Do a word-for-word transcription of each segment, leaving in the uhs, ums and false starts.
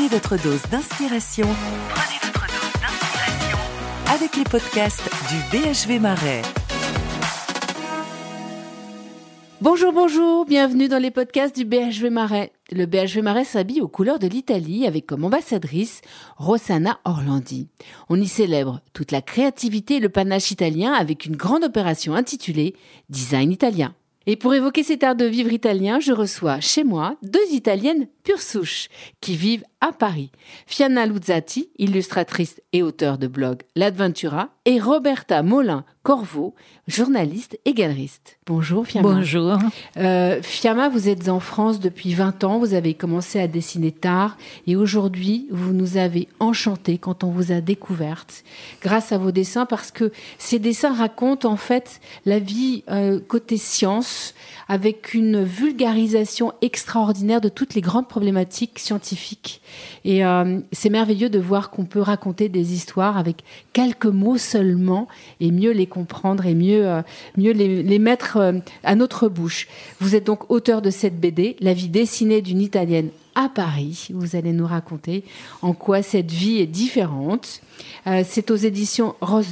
Prenez votre dose d'inspiration. Prenez votre dose d'inspiration avec les podcasts du B H V Marais. Bonjour, bonjour, bienvenue dans les podcasts du B H V Marais. Le B H V Marais s'habille aux couleurs de l'Italie avec comme ambassadrice Rossana Orlandi. On y célèbre toute la créativité et le panache italien avec une grande opération intitulée Design Italien. Et pour évoquer cet art de vivre italien, je reçois chez moi deux Italiennes pure souche qui vivent à Paris. Fiamma Luzzati, illustratrice et auteure de blog L'Adventura, et Roberta Molin-Corvo, journaliste et galeriste. Bonjour Fiamma. Bonjour. Euh, Fiamma, vous êtes en France depuis vingt ans, vous avez commencé à dessiner tard et aujourd'hui, vous nous avez enchantés quand on vous a découverte grâce à vos dessins parce que ces dessins racontent en fait la vie euh, côté science avec une vulgarisation extraordinaire de toutes les grandes problématiques scientifiques. Et euh, c'est merveilleux de voir qu'on peut raconter des histoires avec quelques mots seulement et mieux les comprendre et mieux, euh, mieux les, les mettre euh, à notre bouche. Vous êtes donc auteur de cette B D, La vie dessinée d'une Italienne à Paris. Vous allez nous raconter en quoi cette vie est différente. Euh, c'est aux éditions Rose,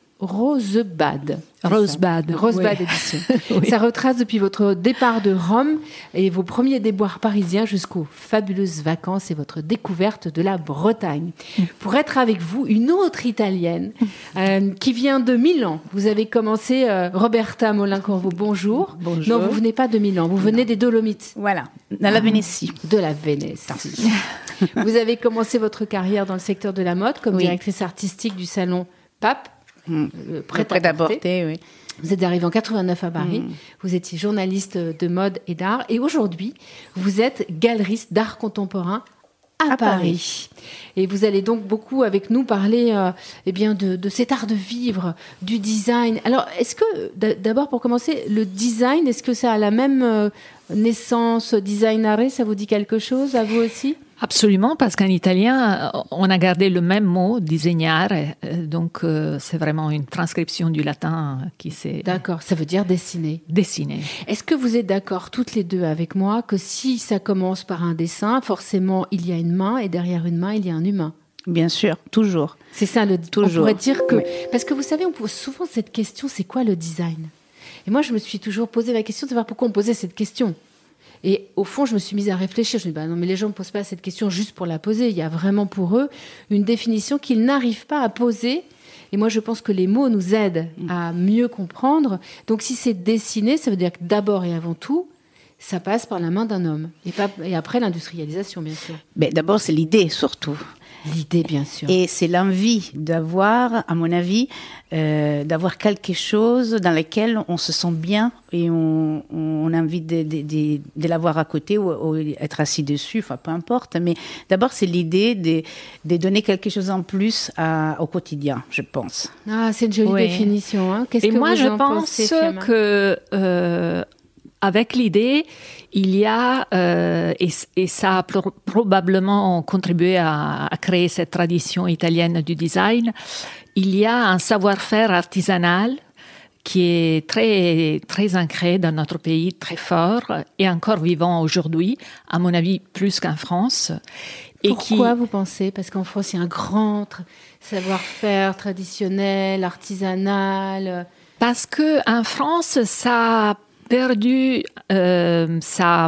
Rosebud. Rosebud. Rosebud oui. édition. Oui. Ça retrace depuis votre départ de Rome et vos premiers déboires parisiens jusqu'aux fabuleuses vacances et votre découverte de la Bretagne. Mm. Pour être avec vous, une autre Italienne euh, qui vient de Milan. Vous avez commencé, euh, Roberta Molin-Corvo, bonjour. Bonjour. Non, vous venez pas de Milan, vous venez non. des Dolomites. Voilà, de la Vénétie. De la Vénétie. Vous avez commencé votre carrière dans le secteur de la mode comme oui. directrice artistique du salon Pape. Mmh. Prêt, prêt à porter, oui. Vous êtes arrivée en quatre-vingt-neuf à Paris. Mmh. Vous étiez journaliste de mode et d'art. Et aujourd'hui, vous êtes galeriste d'art contemporain à, à Paris. Paris. Et vous allez donc beaucoup avec nous parler euh, eh bien de, de cet art de vivre, du design. Alors, est-ce que, d'abord pour commencer, le design, est-ce que ça a la même euh, naissance designare? Ça vous dit quelque chose à vous aussi? Absolument, parce qu'en italien, on a gardé le même mot, disegnare, donc euh, c'est vraiment une transcription du latin qui s'est... D'accord, ça veut dire dessiner. Dessiner. Est-ce que vous êtes d'accord toutes les deux avec moi que si ça commence par un dessin, forcément il y a une main et derrière une main il y a un humain? Bien sûr, toujours. C'est ça, le, toujours. On pourrait dire que... Oui. Parce que vous savez, on pose souvent cette question, c'est quoi le design? Et moi je me suis toujours posé la question de savoir pourquoi on posait cette question. Et au fond, je me suis mise à réfléchir. Je me dis, bah non, mais les gens ne posent pas cette question juste pour la poser. Il y a vraiment pour eux une définition qu'ils n'arrivent pas à poser. Et moi, je pense que les mots nous aident à mieux comprendre. Donc, si c'est dessiner, ça veut dire que d'abord et avant tout, ça passe par la main d'un homme. Et, pas, et après, l'industrialisation, bien sûr. Mais d'abord, c'est l'idée, surtout. L'idée, bien sûr. Et c'est l'envie d'avoir, à mon avis, euh, d'avoir quelque chose dans lequel on se sent bien et on, on a envie de, de, de, de l'avoir à côté ou, ou être assis dessus, enfin peu importe. Mais d'abord, c'est l'idée de, de donner quelque chose en plus à, au quotidien, je pense. Ah, c'est une jolie oui. définition. Hein. Qu'est-ce et que moi, vous je en pense pensez, Fiamma? que... Euh, Avec l'idée, il y a, euh, et, et ça a pro- probablement contribué à, à créer cette tradition italienne du design, il y a un savoir-faire artisanal qui est très, très ancré dans notre pays, très fort, et encore vivant aujourd'hui, à mon avis, plus qu'en France. Et Pourquoi qui... vous pensez? Parce qu'en France, il y a un grand tra- savoir-faire traditionnel, artisanal. Parce qu'en France, ça a perdu euh, sa,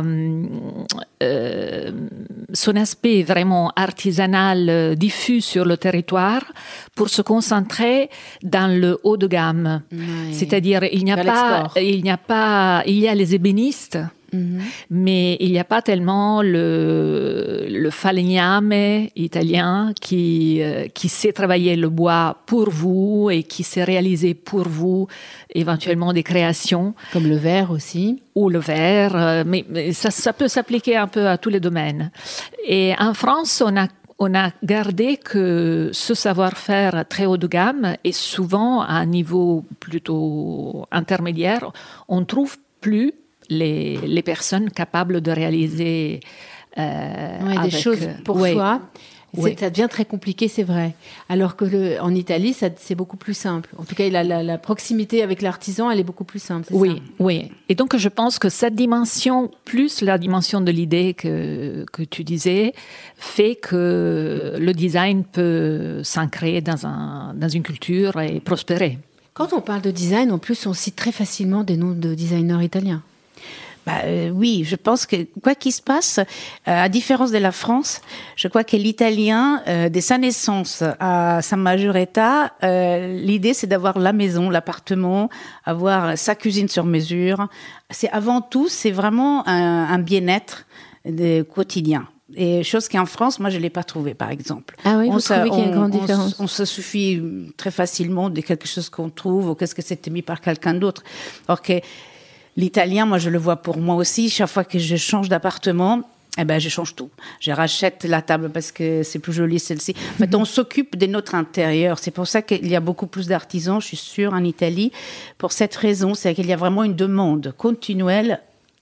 euh, son aspect vraiment artisanal euh, diffus sur le territoire pour se concentrer dans le haut de gamme. Oui. C'est-à-dire, il n'y a Vers pas, l'export. il n'y a pas, il y a les ébénistes, Mm-hmm. mais il n'y a pas tellement le, le falegname italien qui, euh, qui sait travailler le bois pour vous et qui sait réaliser pour vous éventuellement des créations. Comme le verre aussi. Ou le verre, euh, mais, mais ça, ça peut s'appliquer un peu à tous les domaines. Et en France, on a On a gardé que ce savoir-faire très haut de gamme et souvent à un niveau plutôt intermédiaire, on ne trouve plus les, les personnes capables de réaliser euh, Ouais, avec, des choses pour ouais. soi. oui. Ça devient très compliqué, c'est vrai. Alors que le, en Italie, ça, c'est beaucoup plus simple. En tout cas, la, la, la proximité avec l'artisan, elle est beaucoup plus simple. C'est oui, ça oui. Et donc, je pense que cette dimension, plus la dimension de l'idée que, que tu disais, fait que le design peut s'ancrer dans, un, dans une culture et prospérer. Quand on parle de design, en plus, on cite très facilement des noms de designers italiens. Bah, euh, oui, je pense que quoi qu'il se passe, euh, à différence de la France, je crois que l'Italien, euh, dès sa naissance à sa majorité, euh, l'idée c'est d'avoir la maison, l'appartement, avoir sa cuisine sur mesure. C'est avant tout, c'est vraiment un, un bien-être de quotidien. Et chose qu'en France, moi, je ne l'ai pas trouvé, par exemple. Ah oui, on vous se, trouvez qu'il y a une grande on, différence? On, on se suffit très facilement de quelque chose qu'on trouve ou qu'est-ce que c'était mis par quelqu'un d'autre. Alors que l'italien, moi, je le vois pour moi aussi. Chaque fois que je change d'appartement, eh ben, je change tout. Je rachète la table parce que c'est plus joli celle-ci. En fait, on s'occupe de notre intérieur. C'est pour ça qu'il y a beaucoup plus d'artisans, je suis sûre, en Italie. Pour cette raison, c'est qu'il y a vraiment une demande continuelle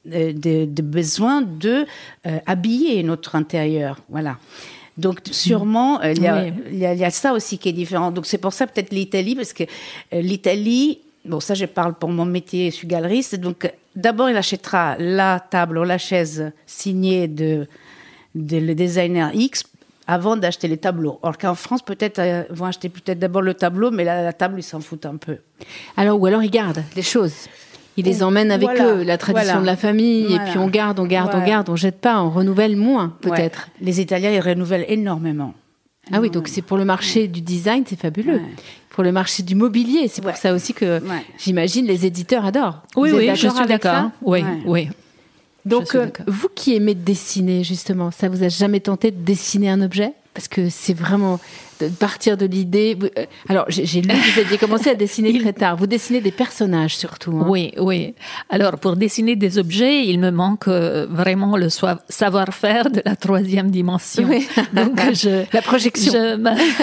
de, de besoin de euh, habiller notre intérieur. Voilà. Donc, sûrement, euh, il, y a, oui. il, y a, il y a ça aussi qui est différent. Donc, c'est pour ça peut-être l'Italie, parce que euh, l'Italie, bon, ça, je parle pour mon métier, je suis galeriste. Donc, d'abord, il achètera la table ou la chaise signée de, de le designer X avant d'acheter les tableaux. Alors qu'en France, peut-être, euh, vont acheter peut-être d'abord le tableau, mais la, la table, ils s'en foutent un peu. Alors, ou alors, ils gardent les choses. Ils les emmènent avec voilà, eux, la tradition voilà, de la famille, voilà, et puis on garde, on garde, voilà. on garde, on jette pas, on renouvelle moins, peut-être. Ouais. Les Italiens, ils renouvellent énormément. Ah oui, donc c'est pour le marché du design, c'est fabuleux. Ouais. Pour le marché du mobilier, c'est Ouais. pour ça aussi que, Ouais. j'imagine, les éditeurs adorent. Oui, Vous oui, êtes je suis avec d'accord. ça Oui, Ouais. oui. Donc, suis euh, d'accord. vous qui aimez dessiner, justement, ça vous a jamais tenté de dessiner un objet ? Parce que c'est vraiment de partir de l'idée. Vous- euh, Alors, j'ai j'ai lu que vous aviez commencé à dessiner très tard. Vous dessinez des personnages surtout. Hein. Oui, oui. Alors, pour dessiner des objets, il me manque euh, vraiment le soi- savoir-faire de la troisième dimension. Oui. Donc, je, La projection. je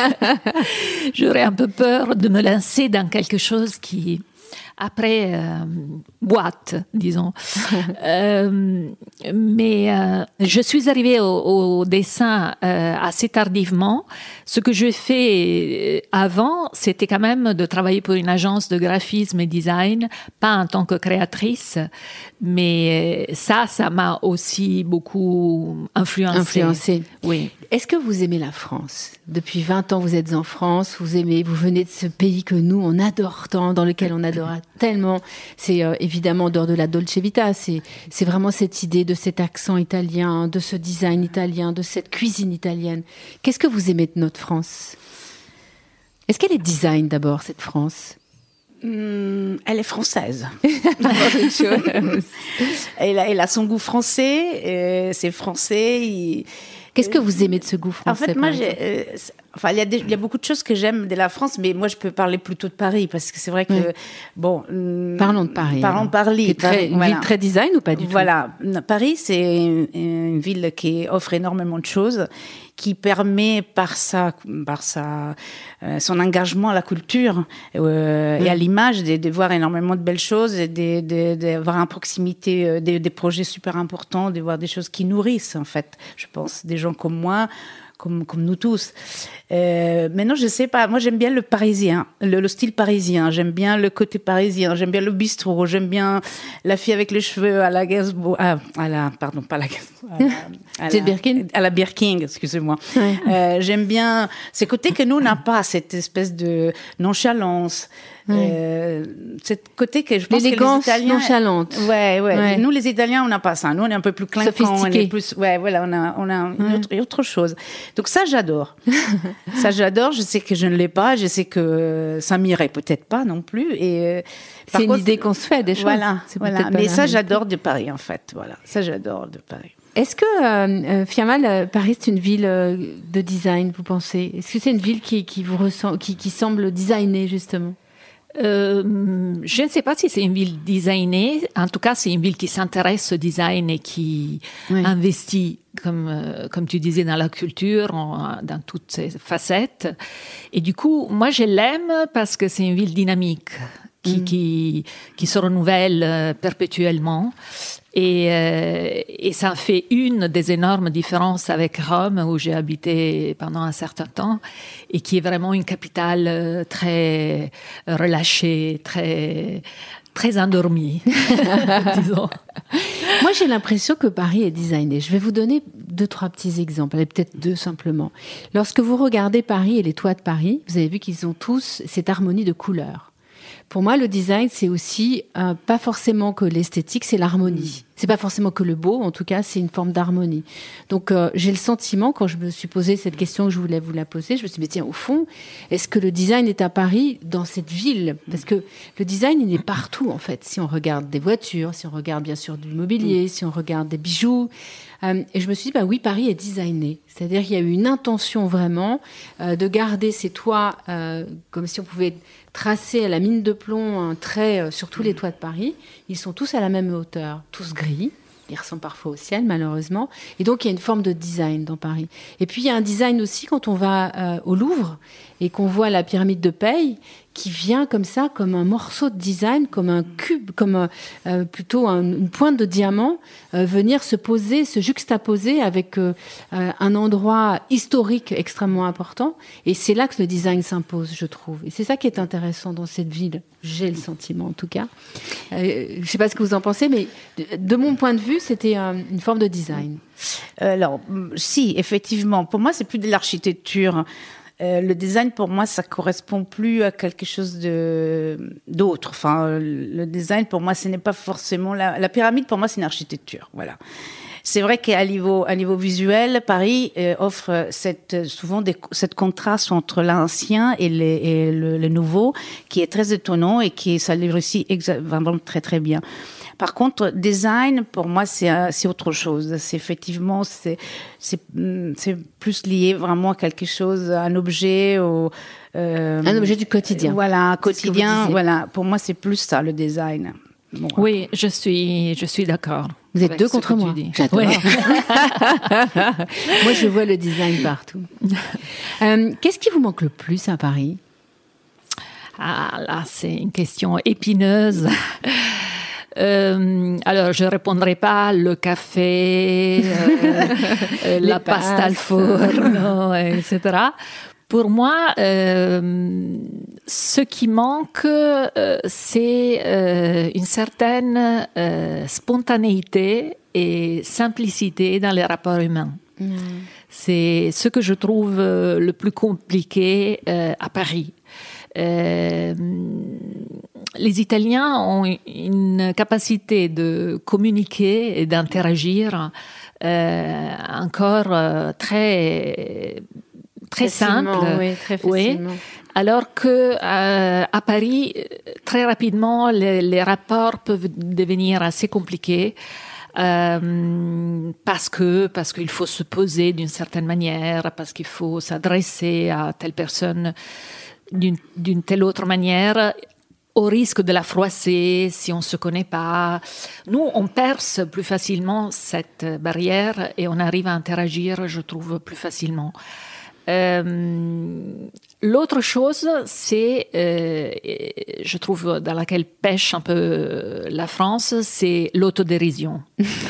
me- J'aurais un peu peur de me lancer dans quelque chose qui, après, euh, boîte, disons. euh, mais euh, je suis arrivée au, au dessin euh, assez tardivement. Ce que je fais avant, c'était quand même de travailler pour une agence de graphisme et design, pas en tant que créatrice, mais ça, ça m'a aussi beaucoup influencée. Influencée. Oui. Est-ce que vous aimez la France ? Depuis vingt ans, vous êtes en France, vous aimez, vous venez de ce pays que nous, on adore tant, dans lequel on adore tellement. C'est euh, évidemment en dehors de la Dolce Vita, c'est, c'est vraiment cette idée de cet accent italien, de ce design italien, de cette cuisine italienne. Qu'est-ce que vous aimez de notre France ? Est-ce qu'elle est design d'abord, cette France ? Hum, elle est française. elle, a, elle a son goût français, euh, c'est français. Il... Qu'est-ce que vous aimez de ce goût français ? En fait, moi, par j'ai, exemple euh, enfin, il y a des, il y a beaucoup de choses que j'aime de la France, mais moi, je peux parler plutôt de Paris parce que c'est vrai que, Oui. bon, hum, Parlons de Paris. Parlons alors. de Paris. Qui est très, une Voilà. ville très design ou pas du tout ? Voilà, Paris, c'est une, une ville qui offre énormément de choses, qui permet par sa, par sa, euh, son engagement à la culture euh, Mm. et à l'image de, de voir énormément de belles choses, et de, de, de voir en proximité euh, des, des projets super importants, de voir des choses qui nourrissent en fait, je pense, des gens comme moi. Comme, comme nous tous. Euh, maintenant, je sais pas. Moi, j'aime bien le parisien, le, le style parisien. J'aime bien le côté parisien. J'aime bien le bistrot. J'aime bien la fille avec les cheveux à la Gainsbourg. À, à la, pardon, pas la Gainsbourg. À la, à Jane Birkin. À la Birkin, excusez-moi. Ouais. Euh, j'aime bien ces côtés que nous, on n'a pas, cette espèce de nonchalance. Euh, cette côté que je pense L'élégance que les Italiens... nonchalante. Ouais, ouais, Ouais. Nous, les Italiens, on n'a pas ça. Nous, on est un peu plus clinquant. On Sophistiqué. est plus... Ouais, voilà, on a, on a une autre, une autre chose. Donc ça, j'adore. ça, j'adore. Je sais que je ne l'ai pas. Je sais que ça m'irait peut-être pas non plus. Et euh, par C'est une contre, idée qu'on se fait des choses. Voilà, C'est voilà. peut-être pas Mais la ça, réalité. j'adore de Paris, en fait. Voilà, ça, j'adore de Paris. Est-ce que, euh, euh, Fiamma, euh, Paris, c'est une ville euh, de design, vous pensez ? Est-ce que c'est une ville qui, qui vous ressent, qui, qui semble designée, justement ? Euh, je ne sais pas si c'est une ville designée. En tout cas, c'est une ville qui s'intéresse au design et qui Oui. investit, comme, euh, comme tu disais, dans la culture, en- dans toutes ses facettes. Et du coup, moi, je l'aime parce que c'est une ville dynamique qui, Mm. qui, qui se renouvelle euh, perpétuellement. Et, euh, et ça fait une des énormes différences avec Rome, où j'ai habité pendant un certain temps, et qui est vraiment une capitale très relâchée, très, très endormie, disons. Moi, j'ai l'impression que Paris est designé. Je vais vous donner deux, trois petits exemples, allez, peut-être deux simplement. Lorsque vous regardez Paris et les toits de Paris, vous avez vu qu'ils ont tous cette harmonie de couleurs. Pour moi, le design, c'est aussi euh, pas forcément que l'esthétique, c'est l'harmonie. C'est pas forcément que le beau, en tout cas, c'est une forme d'harmonie. Donc, euh, j'ai le sentiment, quand je me suis posé cette question que je voulais vous la poser, je me suis dit, tiens, au fond, est-ce que le design est à Paris, dans cette ville ? Parce que le design, il est partout, en fait. Si on regarde des voitures, si on regarde bien sûr du mobilier, si on regarde des bijoux. Euh, et je me suis dit, bah oui, Paris est designé. C'est-à-dire qu'il y a eu une intention vraiment euh, de garder ces toits euh, comme si on pouvait tracer à la mine de plomb un trait euh, sur tous les toits de Paris. Ils sont tous à la même hauteur, tous gris. Ils ressemblent parfois au ciel, malheureusement. Et donc, il y a une forme de design dans Paris. Et puis, il y a un design aussi quand on va euh, au Louvre et qu'on voit la pyramide de Paye qui vient comme ça, comme un morceau de design, comme un cube, comme un, euh, plutôt un, une pointe de diamant, euh, venir se poser, se juxtaposer avec euh, euh, un endroit historique extrêmement important. Et c'est là que le design s'impose, je trouve. Et c'est ça qui est intéressant dans cette ville. J'ai le sentiment, en tout cas. Euh, je ne sais pas ce que vous en pensez, mais de, de mon point de vue, c'était euh, une forme de design. Alors, si, effectivement. Pour moi, c'est plus de l'architecture. Euh, le design, pour moi, ça correspond plus à quelque chose de, d'autre. Enfin, le design, pour moi, ce n'est pas forcément... La, la pyramide, pour moi, c'est une architecture. Voilà. C'est vrai qu'à niveau, à niveau visuel, Paris euh, offre cette, souvent des, cette contraste entre l'ancien et, les, et le, le nouveau, qui est très étonnant et qui, ça le réussit exa- vraiment très, très bien. Par contre, design, pour moi, c'est, c'est autre chose. C'est effectivement, c'est, c'est, c'est plus lié vraiment à quelque chose, à un objet, au, euh, un objet du quotidien. Voilà, quotidien. Voilà. Pour moi, c'est plus ça, le design. Bon, oui, je suis, je suis d'accord. Vous êtes deux contre moi. J'adore. Ouais. Moi, je vois le design partout. Euh, qu'est-ce qui vous manque le plus à Paris ? Ah, là, c'est une question épineuse. Euh, alors, je ne répondrai pas le café, euh, euh, la pasta al forno, et cetera. Pour moi, euh, ce qui manque, euh, c'est euh, une certaine euh, spontanéité et simplicité dans les rapports humains. Mmh. C'est ce que je trouve euh, le plus compliqué euh, à Paris. Euh, les Italiens ont une capacité de communiquer et d'interagir euh, encore euh, très très facilement, simple, oui, très facilement. Oui. Alors que euh, à Paris, très rapidement, les, les rapports peuvent devenir assez compliqués. Euh, parce que parce qu'il faut se poser d'une certaine manière, parce qu'il faut s'adresser à telle personne d'une, d'une telle autre manière, au risque de la froisser si on ne se connaît pas. Nous, on perce plus facilement cette barrière et on arrive à interagir, je trouve, plus facilement. Euh, l'autre chose, c'est, euh, je trouve, dans laquelle pêche un peu la France, c'est l'autodérision.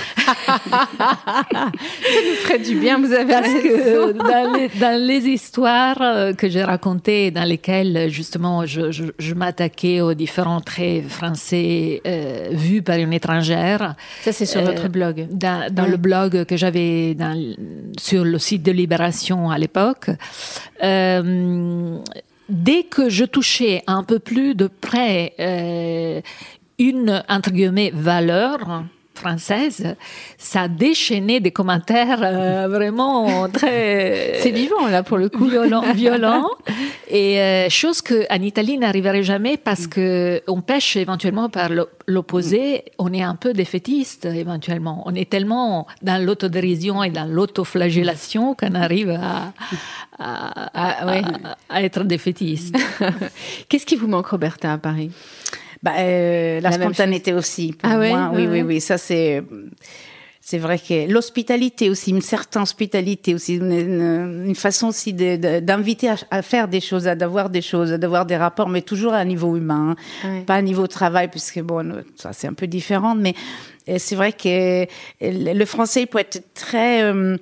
Ça nous ferait du bien, vous avez Parce que dans les, dans les histoires que j'ai racontées, dans lesquelles justement je, je, je m'attaquais aux différents traits français euh, vus par une étrangère. Ça, c'est sur euh, votre blog. Dans, dans ouais. le blog que j'avais dans, sur le site de Libération à l'époque. Euh, dès que je touchais un peu plus de près euh, une, entre guillemets, valeur française, ça déchaînait des commentaires euh, vraiment très... C'est vivant, là, pour le coup. Violent, violent. Et euh, chose qu'en Italie n'arriverait jamais parce que on pêche éventuellement par l'opposé. On est un peu défaitiste, éventuellement. On est tellement dans l'autodérision et dans l'autoflagellation qu'on arrive à, à, à, à, ouais. à, à être défaitiste. Qu'est-ce qui vous manque, Roberta, à Paris ? Bah, euh, la, la spontanéité aussi. Pour ah moi. Ouais, oui, ouais. oui, oui. Ça, c'est, c'est vrai que l'hospitalité aussi, une certaine hospitalité aussi, une, une, une façon aussi de, de, d'inviter à, à faire des choses, à d'avoir des choses, à d'avoir des rapports, mais toujours à un niveau humain, hein. Ouais. Pas à un niveau travail, puisque bon, ça, c'est un peu différent, mais Et c'est vrai que le français peut être très... Euh,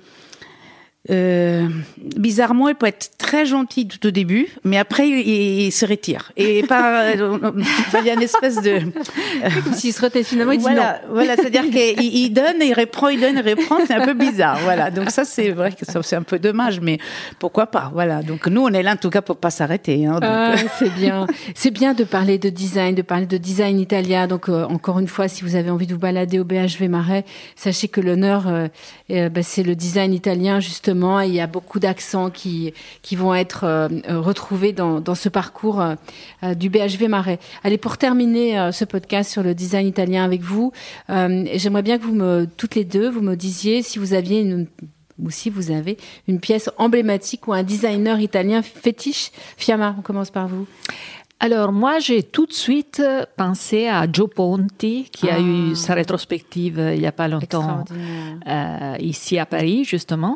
Euh, bizarrement, il peut être très gentil tout au début, mais après, il, il se retire. Et par, il y a une espèce de... Comme s'il se retait finalement, il dit voilà, non. Voilà, c'est-à-dire qu'il il donne, il reprend, il donne, il reprend, c'est un peu bizarre. Voilà, donc ça, c'est vrai que c'est un peu dommage, mais pourquoi pas. Voilà, donc nous, on est là en tout cas pour pas s'arrêter. Hein, ah, c'est bien. C'est bien de parler de design, de parler de design italien. Donc, euh, encore une fois, si vous avez envie de vous balader au B H V Marais, sachez que l'honneur, euh, euh, bah, c'est le design italien, justement. Et il y a beaucoup d'accents qui, qui vont être euh, retrouvés dans, dans ce parcours euh, du B H V Marais. Allez, pour terminer euh, ce podcast sur le design italien avec vous, euh, j'aimerais bien que vous me, toutes les deux, vous me disiez si vous aviez une, ou si vous avez une pièce emblématique ou un designer italien fétiche. Fiamma, on commence par vous. Alors moi, j'ai tout de suite pensé à Joe Ponti, qui ah. a eu sa rétrospective il n'y a pas longtemps euh, ici à Paris, justement,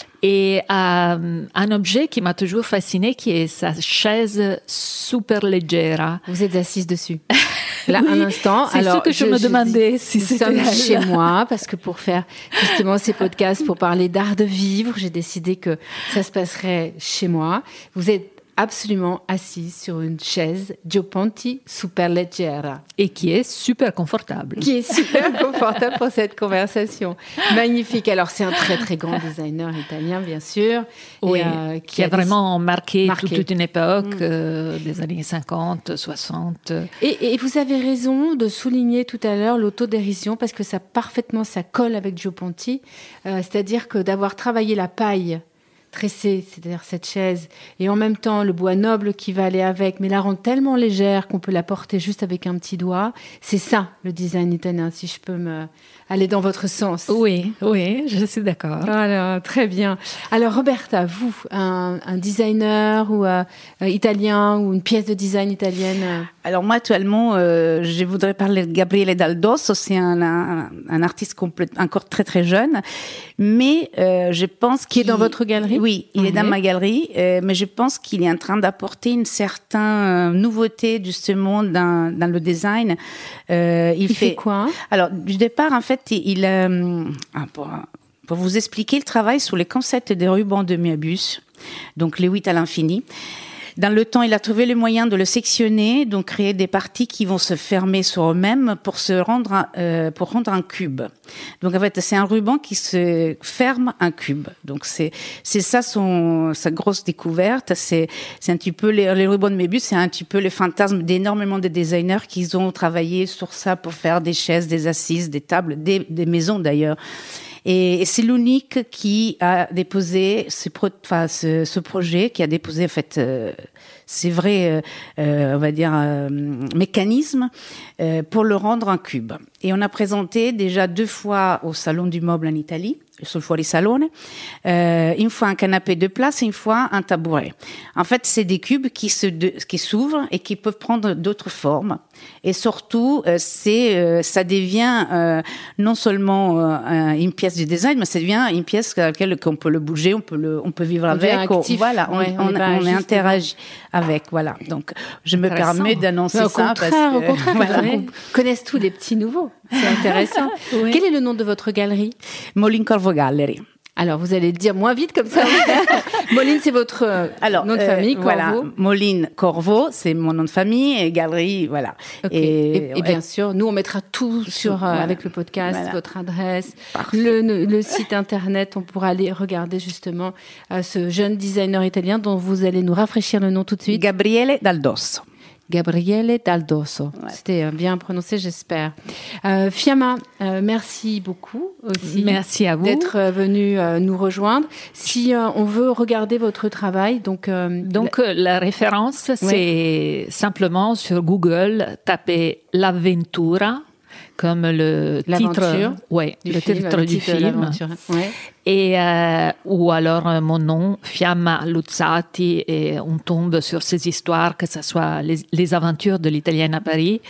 et à un objet qui m'a toujours fasciné, qui est sa chaise super leggera. Vous êtes assise dessus. Là, oui, un instant. C'est alors, ce que je, je me demandais. Si nous c'était sommes chez moi, parce que pour faire justement ces podcasts, pour parler d'art de vivre, j'ai décidé que ça se passerait chez moi. Vous êtes absolument assise sur une chaise Joe Ponti super leggera. Et qui est super confortable. Qui est super confortable pour cette conversation. Magnifique. Alors, c'est un très, très grand designer italien, bien sûr. Oui, et, euh, qui, qui a, a vraiment des... marqué, marqué. Toute, toute une époque, mm. euh, des années cinquante, soixante. Et, et vous avez raison de souligner tout à l'heure l'autodérision, parce que ça, parfaitement, ça colle avec Joe Ponti. Euh, c'est-à-dire que d'avoir travaillé la paille tressée, c'est-à-dire cette chaise, et en même temps le bois noble qui va aller avec, mais la rendre tellement légère qu'on peut la porter juste avec un petit doigt. C'est ça, le design italien, si je peux me aller dans votre sens. Oui, oui, je suis d'accord. Voilà, très bien. Alors Roberta, vous, un, un designer ou euh, italien ou une pièce de design italienne euh... Alors moi, actuellement, euh, je voudrais parler de Gabriele Dal Dosso. C'est un, un, un artiste complète, encore très très jeune, mais euh, je pense qui est dans votre galerie. Oui, il mmh. est dans ma galerie, euh, mais je pense qu'il est en train d'apporter une certaine euh, nouveauté justement dans, dans le design. Euh, il, il fait, fait quoi? Alors du départ, en fait, il, il euh, pour, pour vous expliquer, il travaille sur les concepts des rubans de Möbius, donc les huit à l'infini. Dans le temps, il a trouvé le moyen de le sectionner, donc créer des parties qui vont se fermer sur eux-mêmes pour se rendre, euh, pour rendre un cube. Donc en fait, c'est un ruban qui se ferme un cube. Donc c'est c'est ça son sa grosse découverte. C'est c'est un petit peu les, les rubans de Möbius, c'est un petit peu le fantasme d'énormément de designers qui ont travaillé sur ça pour faire des chaises, des assises, des tables, des, des maisons d'ailleurs. Et, et c'est l'unique qui a déposé ce, pro, enfin, ce, ce projet, qui a déposé en fait euh, c'est vrai, euh, on va dire euh, mécanisme euh, pour le rendre un cube. Et on a présenté déjà deux fois au Salon du Meuble en Italie, sul Fuori Salone, euh, une fois un canapé de place et une fois un tabouret. En fait, c'est des cubes qui se de, qui s'ouvrent et qui peuvent prendre d'autres formes. Et surtout, euh, c'est euh, ça devient euh, non seulement euh, une pièce du design, mais ça devient une pièce à laquelle on peut le bouger, on peut le, on peut vivre on avec. On, voilà, on, ouais, on, on, on est interagi avec. Voilà. Donc, je me permets d'annoncer ça. Au contraire, parce que, au contraire, voilà. On connaisse tous les petits nouveaux. C'est intéressant. Oui. Quel est le nom de votre galerie? Molin Corvo Gallery. Alors, vous allez le dire moins vite comme ça. Molin, c'est votre Alors, nom de famille, euh, Corvo. Voilà, Molin Corvo, c'est mon nom de famille, et galerie, voilà. Okay. Et, et, et bien ouais. sûr, nous, on mettra tout sur, voilà. euh, avec le podcast, voilà. votre adresse, le, le site internet. On pourra aller regarder justement euh, ce jeune designer italien dont vous allez nous rafraîchir le nom tout de suite. Gabriele Dal Dosso. Gabriele Dal Dosso. Ouais. C'était bien prononcé, j'espère. Euh, Fiamma, euh, merci beaucoup aussi. Merci à vous d'être euh, venu euh, nous rejoindre. Si euh, on veut regarder votre travail, donc euh, donc la, la référence, ouais. c'est simplement sur Google taper l'avventura comme le titre, ouais, le film, titre le du titre film, ouais. et euh, ou alors euh, mon nom, Fiamma Luzzati, et on tombe sur ces histoires, que ce soit les, les aventures de l'Italienne à Paris,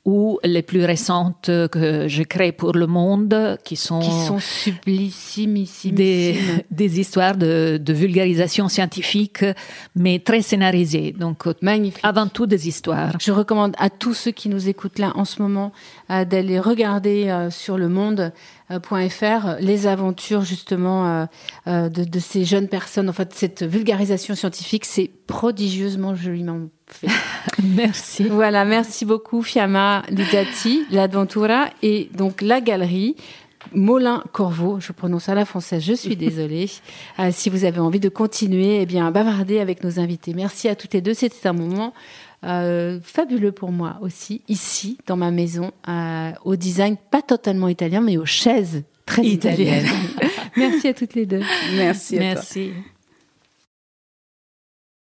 ou les plus récentes que je crée pour Le Monde, qui sont, qui sont sublissimes, des, des histoires de, de vulgarisation scientifique, mais très scénarisées. Donc, magnifique. Avant tout, des histoires. Je recommande à tous ceux qui nous écoutent là en ce moment euh, d'aller regarder euh, sur le monde point f r les aventures justement euh, euh, de, de ces jeunes personnes. En fait, cette vulgarisation scientifique, c'est prodigieusement joliment fait. Merci. Voilà, merci beaucoup Fiamma Lizzati, l'Adventura et donc la galerie Molin Corvo, je prononce à la française, je suis désolée. euh, si vous avez envie de continuer, eh bien, à bavarder avec nos invités. Merci à toutes les deux, c'était un moment Euh, fabuleux pour moi aussi, ici, dans ma maison, euh, au design pas totalement italien, mais aux chaises très italiennes. Merci à toutes les deux. Merci à Merci. toi.